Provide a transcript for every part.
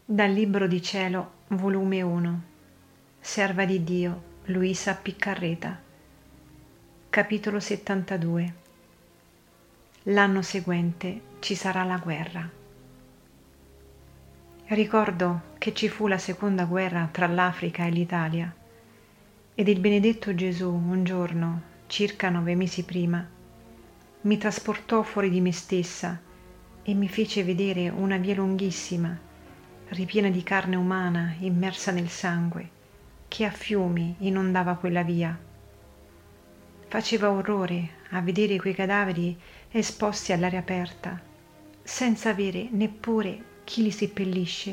Dal Libro di Cielo, volume 1, Serva di Dio, Luisa Piccarreta, capitolo 72. L'anno seguente ci sarà la guerra. Ricordo che ci fu la seconda guerra tra l'Africa e l'Italia ed il benedetto Gesù un giorno, circa 9 mesi prima, mi trasportò fuori di me stessa e mi fece vedere una via lunghissima, ripiena di carne umana immersa nel sangue, che a fiumi inondava quella via. Faceva orrore a vedere quei cadaveri esposti all'aria aperta, senza avere neppure chi li seppellisce.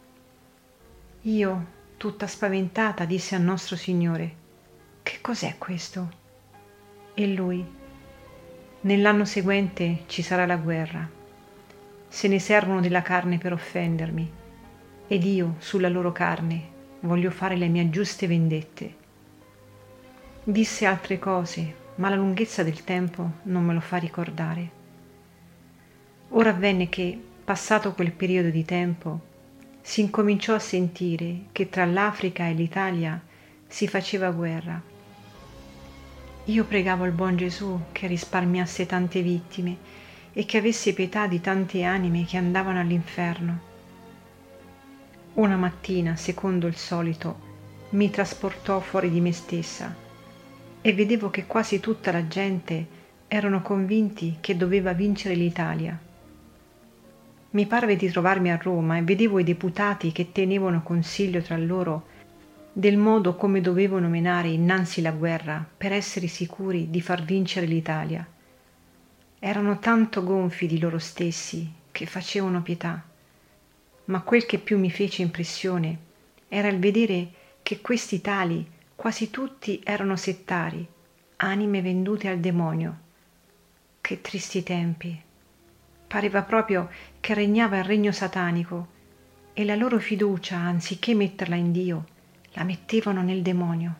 Io, tutta spaventata, dissi al nostro Signore: «Che cos'è questo?» E Lui: «Nell'anno seguente ci sarà la guerra. Se ne servono della carne per offendermi, ed io sulla loro carne voglio fare le mie giuste vendette». Disse altre cose, ma la lunghezza del tempo non me lo fa ricordare. Ora avvenne che, passato quel periodo di tempo, si incominciò a sentire che tra l'Africa e l'Italia si faceva guerra. Io pregavo il buon Gesù che risparmiasse tante vittime e che avesse pietà di tante anime che andavano all'inferno. Una mattina, secondo il solito, mi trasportò fuori di me stessa e vedevo che quasi tutta la gente erano convinti che doveva vincere l'Italia. Mi parve di trovarmi a Roma e vedevo i deputati che tenevano consiglio tra loro del modo come dovevano menare innanzi la guerra per essere sicuri di far vincere l'Italia. Erano tanto gonfi di loro stessi che facevano pietà. Ma quel che più mi fece impressione era il vedere che questi tali, quasi tutti, erano settari, anime vendute al demonio. Che tristi tempi! Pareva proprio che regnava il regno satanico e la loro fiducia, anziché metterla in Dio, la mettevano nel demonio.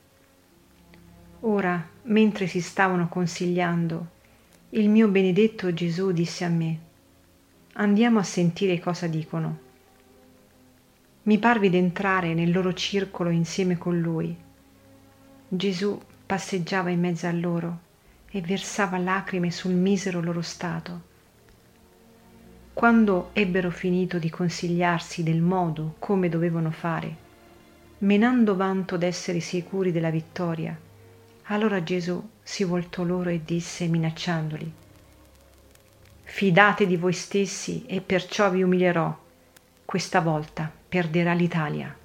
Ora, mentre si stavano consigliando, il mio benedetto Gesù disse a me: «Andiamo a sentire cosa dicono». Mi parve d'entrare nel loro circolo insieme con lui. Gesù passeggiava in mezzo a loro e versava lacrime sul misero loro stato. Quando ebbero finito di consigliarsi del modo come dovevano fare, menando vanto d'essere sicuri della vittoria, allora Gesù si voltò loro e disse, minacciandoli: «Fidate di voi stessi e perciò vi umilierò. Questa volta perderà l'Italia».